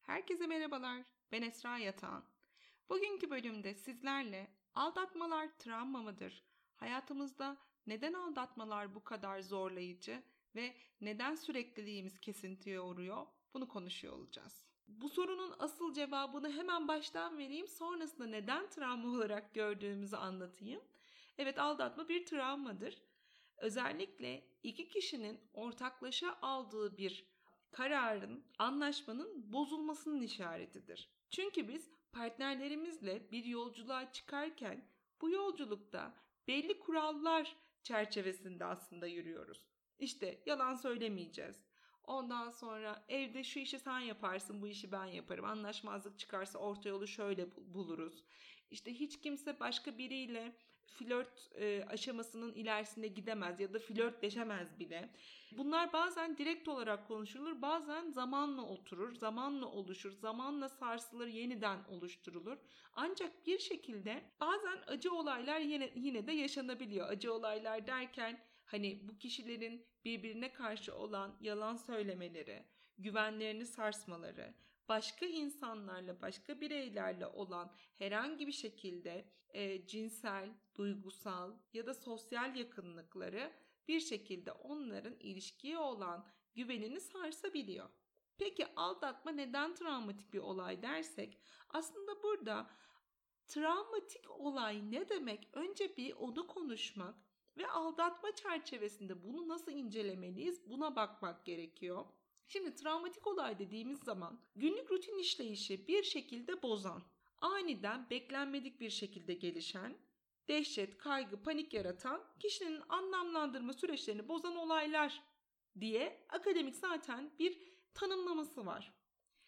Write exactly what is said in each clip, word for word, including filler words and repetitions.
Herkese merhabalar, ben Esra Yatağan. Bugünkü bölümde sizlerle aldatmalar travma mıdır? Hayatımızda neden aldatmalar bu kadar zorlayıcı ve neden sürekliliğimiz kesintiye uğruyor? Bunu konuşuyor olacağız. Bu sorunun asıl cevabını hemen baştan vereyim, sonrasında neden travma olarak gördüğümüzü anlatayım. Evet, aldatma bir travmadır. Özellikle iki kişinin ortaklaşa aldığı bir kararın, anlaşmanın bozulmasının işaretidir. Çünkü biz partnerlerimizle bir yolculuğa çıkarken bu yolculukta belli kurallar çerçevesinde aslında yürüyoruz. İşte yalan söylemeyeceğiz. Ondan sonra evde şu işi sen yaparsın, bu işi ben yaparım. Anlaşmazlık çıkarsa orta yolu şöyle buluruz. İşte hiç kimse başka biriyle flört e, aşamasının ilerisinde gidemez ya da flörtleşemez bile. Bunlar bazen direkt olarak konuşulur, bazen zamanla oturur, zamanla oluşur, zamanla sarsılır, yeniden oluşturulur. Ancak bir şekilde bazen acı olaylar yine, yine de yaşanabiliyor. Acı olaylar derken hani bu kişilerin birbirine karşı olan yalan söylemeleri, güvenlerini sarsmaları, başka insanlarla, başka bireylerle olan herhangi bir şekilde e, cinsel, duygusal ya da sosyal yakınlıkları bir şekilde onların ilişkiye olan güvenini sarsabiliyor. Peki aldatma neden travmatik bir olay dersek, aslında burada travmatik olay ne demek? Önce bir onu konuşmak ve aldatma çerçevesinde bunu nasıl incelemeliyiz? Buna bakmak gerekiyor. Şimdi travmatik olay dediğimiz zaman günlük rutin işleyişi bir şekilde bozan, aniden beklenmedik bir şekilde gelişen, dehşet, kaygı, panik yaratan, kişinin anlamlandırma süreçlerini bozan olaylar diye akademik zaten bir tanımlaması var.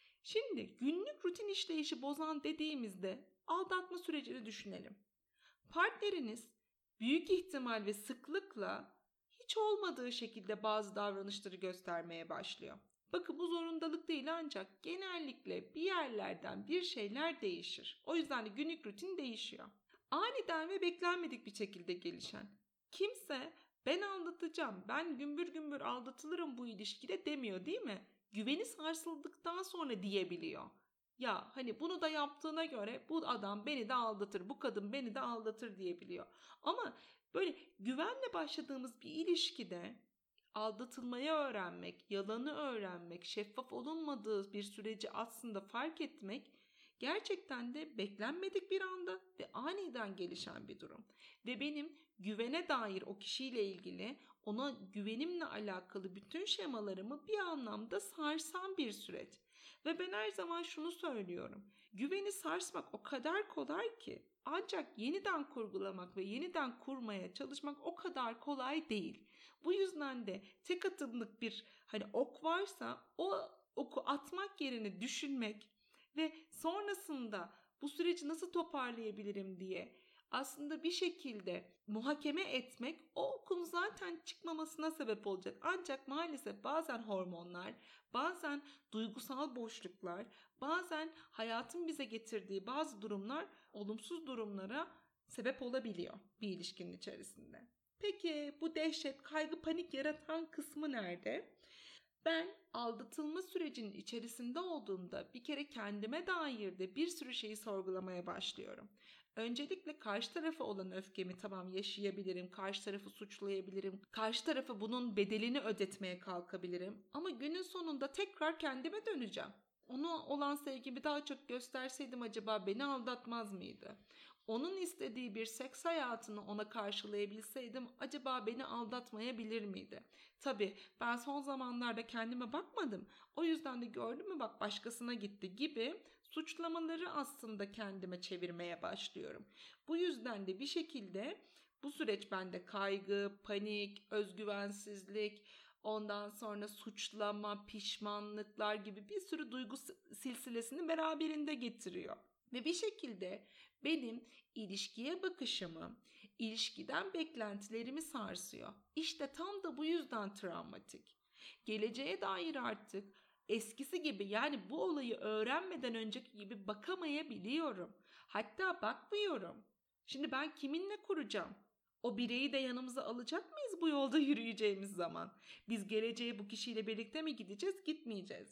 Şimdi günlük rutin işleyişi bozan dediğimizde aldatma sürecini düşünelim. Partneriniz büyük ihtimal ve sıklıkla hiç olmadığı şekilde bazı davranışları göstermeye başlıyor. Bakın, bu zorundalık değil, ancak genellikle bir yerlerden bir şeyler değişir. O yüzden de günlük rutin değişiyor. Aniden ve beklenmedik bir şekilde gelişen. Kimse ben aldatacağım, ben gümbür gümbür aldatılırım bu ilişkide demiyor, değil mi? Güveni sarsıldıktan sonra diyebiliyor. Ya hani bunu da yaptığına göre bu adam beni de aldatır, bu kadın beni de aldatır diyebiliyor. Ama böyle güvenle başladığımız bir ilişkide aldatılmayı öğrenmek, yalanı öğrenmek, şeffaf olunmadığı bir süreci aslında fark etmek gerçekten de beklenmedik bir anda ve aniden gelişen bir durum. Ve benim güvene dair o kişiyle ilgili, ona güvenimle alakalı bütün şemalarımı bir anlamda sarsan bir süreç. Ve ben her zaman şunu söylüyorum. Güveni sarsmak o kadar kolay ki, ancak yeniden kurgulamak ve yeniden kurmaya çalışmak o kadar kolay değil. Bu yüzden de tek atımlık bir hani ok varsa o oku atmak yerine düşünmek ve sonrasında bu süreci nasıl toparlayabilirim diye aslında bir şekilde muhakeme etmek o okun zaten çıkmamasına sebep olacak. Ancak maalesef bazen hormonlar, bazen duygusal boşluklar, bazen hayatın bize getirdiği bazı durumlar olumsuz durumlara sebep olabiliyor bir ilişkinin içerisinde. Peki bu dehşet, kaygı, panik yaratan kısmı nerede? Ben aldatılma sürecinin içerisinde olduğumda bir kere kendime dair de bir sürü şeyi sorgulamaya başlıyorum. Öncelikle karşı tarafa olan öfkemi tamam yaşayabilirim, karşı tarafı suçlayabilirim, karşı tarafa bunun bedelini ödetmeye kalkabilirim. Ama günün sonunda tekrar kendime döneceğim. Ona olan sevgimi daha çok gösterseydim acaba beni aldatmaz mıydı? Onun istediği bir seks hayatını ona karşılayabilseydim acaba beni aldatmayabilir miydi? Tabii ben son zamanlarda kendime bakmadım. O yüzden de gördün mü bak başkasına gitti gibi suçlamaları aslında kendime çevirmeye başlıyorum. Bu yüzden de bir şekilde bu süreç bende kaygı, panik, özgüvensizlik, ondan sonra suçlama, pişmanlıklar gibi bir sürü duygu silsilesini beraberinde getiriyor. Ve bir şekilde benim ilişkiye bakışımı, ilişkiden beklentilerimi sarsıyor. İşte tam da bu yüzden travmatik. Geleceğe dair artık eskisi gibi, yani bu olayı öğrenmeden önceki gibi bakamayabiliyorum. Hatta bakmıyorum. Şimdi ben kiminle kuracağım? O bireyi de yanımıza alacak mıyız bu yolda yürüyeceğimiz zaman? Biz geleceğe bu kişiyle birlikte mi gideceğiz, gitmeyeceğiz mi?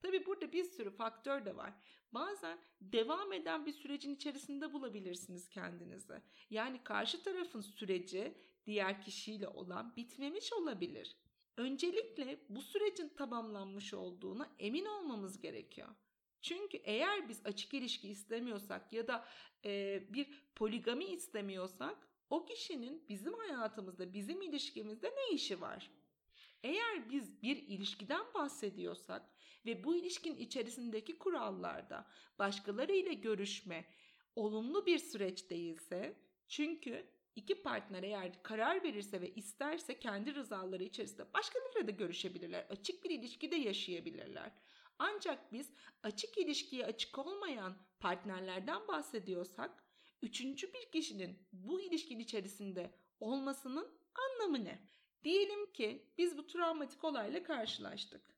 Tabii burada bir sürü faktör de var. Bazen devam eden bir sürecin içerisinde bulabilirsiniz kendinizi. Yani karşı tarafın süreci diğer kişiyle olan bitmemiş olabilir. Öncelikle bu sürecin tamamlanmış olduğuna emin olmamız gerekiyor. Çünkü eğer biz açık ilişki istemiyorsak ya da e, bir poligami istemiyorsak o kişinin bizim hayatımızda, bizim ilişkimizde ne işi var? Eğer biz bir ilişkiden bahsediyorsak ve bu ilişkinin içerisindeki kurallarda başkalarıyla görüşme olumlu bir süreç değilse, çünkü iki partner eğer karar verirse ve isterse kendi rızaları içerisinde başkalarıyla da görüşebilirler. Açık bir ilişki de yaşayabilirler. Ancak biz açık ilişkiye açık olmayan partnerlerden bahsediyorsak, üçüncü bir kişinin bu ilişkinin içerisinde olmasının anlamı ne? Diyelim ki biz bu travmatik olayla karşılaştık.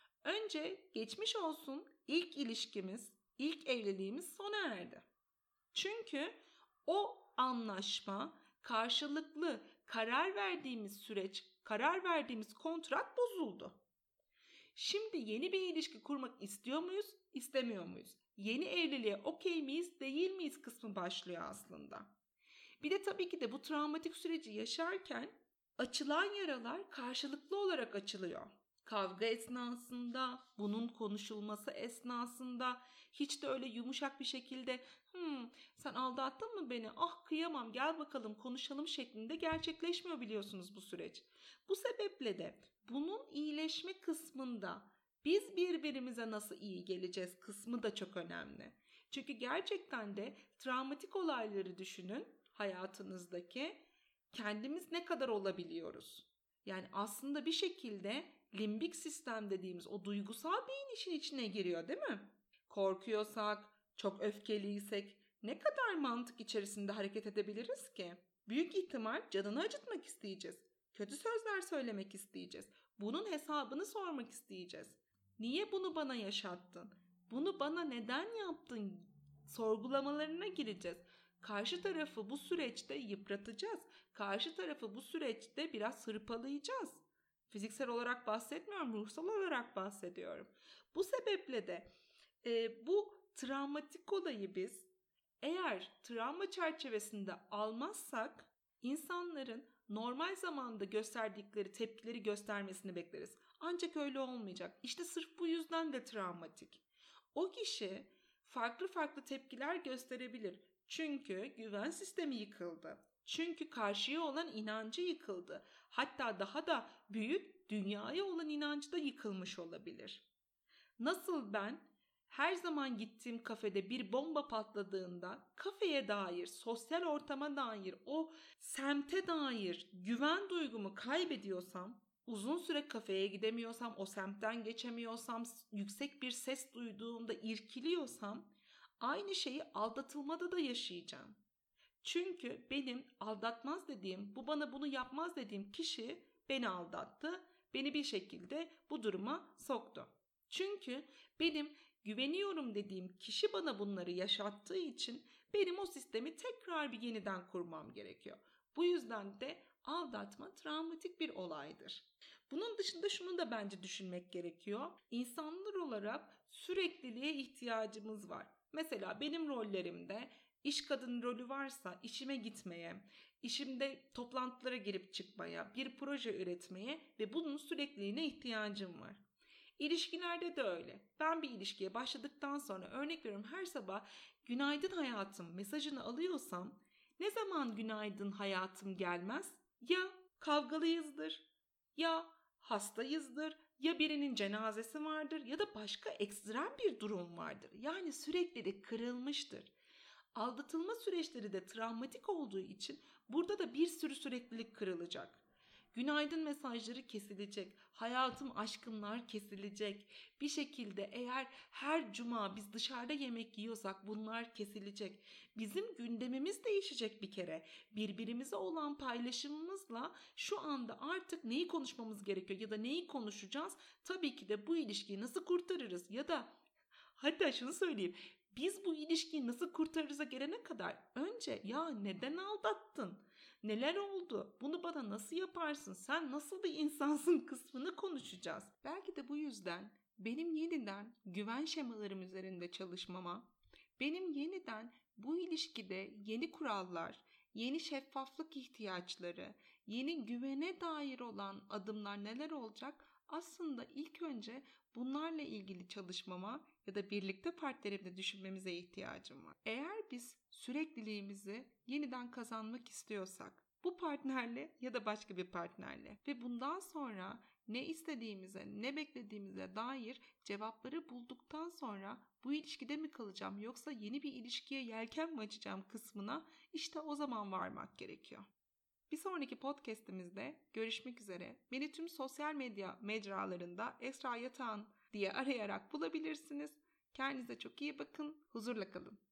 Önce geçmiş olsun, ilk ilişkimiz, ilk evliliğimiz sona erdi. Çünkü o anlaşma, karşılıklı karar verdiğimiz süreç, karar verdiğimiz kontrat bozuldu. Şimdi yeni bir ilişki kurmak istiyor muyuz, istemiyor muyuz? Yeni evliliğe okey miyiz, değil miyiz kısmı başlıyor aslında. Bir de tabii ki de bu travmatik süreci yaşarken açılan yaralar karşılıklı olarak açılıyor. Kavga esnasında, bunun konuşulması esnasında hiç de öyle yumuşak bir şekilde hmm, sen aldattın mı beni, ah kıyamam gel bakalım konuşalım şeklinde gerçekleşmiyor biliyorsunuz bu süreç. Bu sebeple de bunun iyileşme kısmında biz birbirimize nasıl iyi geleceğiz kısmı da çok önemli. Çünkü gerçekten de travmatik olayları düşünün hayatınızdaki, kendimiz ne kadar olabiliyoruz? Yani aslında bir şekilde limbik sistem dediğimiz o duygusal beyin işin içine giriyor değil mi? Korkuyorsak, çok öfkeliysek ne kadar mantık içerisinde hareket edebiliriz ki? Büyük ihtimal canını acıtmak isteyeceğiz. Kötü sözler söylemek isteyeceğiz. Bunun hesabını sormak isteyeceğiz. Niye bunu bana yaşattın? Bunu bana neden yaptın? Sorgulamalarına gireceğiz. Karşı tarafı bu süreçte yıpratacağız. Karşı tarafı bu süreçte biraz hırpalayacağız. Fiziksel olarak bahsetmiyorum, ruhsal olarak bahsediyorum. Bu sebeple de e, bu travmatik olayı biz eğer travma çerçevesinde almazsak insanların normal zamanda gösterdikleri tepkileri göstermesini bekleriz. Ancak öyle olmayacak. İşte sırf bu yüzden de travmatik. O kişi farklı farklı tepkiler gösterebilir. Çünkü güven sistemi yıkıldı. Çünkü karşıya olan inancı yıkıldı. Hatta daha da büyük dünyaya olan inancı da yıkılmış olabilir. Nasıl ben her zaman gittiğim kafede bir bomba patladığında kafeye dair, sosyal ortama dair, o semte dair güven duygumu kaybediyorsam, uzun süre kafeye gidemiyorsam, o semtten geçemiyorsam, yüksek bir ses duyduğumda irkiliyorsam, aynı şeyi aldatılmada da yaşayacağım. Çünkü benim aldatmaz dediğim, bu bana bunu yapmaz dediğim kişi beni aldattı, beni bir şekilde bu duruma soktu. Çünkü benim güveniyorum dediğim kişi bana bunları yaşattığı için benim o sistemi tekrar bir yeniden kurmam gerekiyor. Bu yüzden de aldatma travmatik bir olaydır. Bunun dışında şunu da bence düşünmek gerekiyor. İnsanlar olarak sürekliliğe ihtiyacımız var. Mesela benim rollerimde iş kadını rolü varsa işime gitmeye, işimde toplantılara girip çıkmaya, bir proje üretmeye ve bunun sürekliliğine ihtiyacım var. İlişkilerde de öyle. Ben bir ilişkiye başladıktan sonra örnek veriyorum her sabah günaydın hayatım mesajını alıyorsam ne zaman günaydın hayatım gelmez? Ya kavgalıyızdır, ya hastayızdır, ya birinin cenazesi vardır ya da başka ekstrem bir durum vardır. Yani süreklilik kırılmıştır. Aldatılma süreçleri de travmatik olduğu için burada da bir sürü süreklilik kırılacak. Günaydın mesajları kesilecek, hayatım aşkımlar kesilecek. Bir şekilde eğer her cuma biz dışarıda yemek yiyorsak bunlar kesilecek. Bizim gündemimiz değişecek bir kere. Birbirimize olan paylaşımımızla şu anda artık neyi konuşmamız gerekiyor ya da neyi konuşacağız? Tabii ki de bu ilişkiyi nasıl kurtarırız ya da hatta şunu söyleyeyim. Biz bu ilişkiyi nasıl kurtarırıza gelene kadar önce ya neden aldattın? Neler oldu? Bunu bana nasıl yaparsın? Sen nasıl bir insansın kısmını konuşacağız. Belki de bu yüzden benim yeniden güven şemalarım üzerinde çalışmama, benim yeniden bu ilişkide yeni kurallar, yeni şeffaflık ihtiyaçları, yeni güvene dair olan adımlar neler olacak? Aslında ilk önce bunlarla ilgili çalışmama ya da birlikte partnerimle düşünmemize ihtiyacım var. Eğer biz sürekliliğimizi yeniden kazanmak istiyorsak, bu partnerle ya da başka bir partnerle ve bundan sonra ne istediğimize, ne beklediğimize dair cevapları bulduktan sonra bu ilişkide mi kalacağım yoksa yeni bir ilişkiye yelken mi açacağım kısmına işte o zaman varmak gerekiyor. Bir sonraki podcast'imizde görüşmek üzere. Beni tüm sosyal medya mecralarında Esra Yatağan diye arayarak bulabilirsiniz. Kendinize çok iyi bakın, huzurla kalın.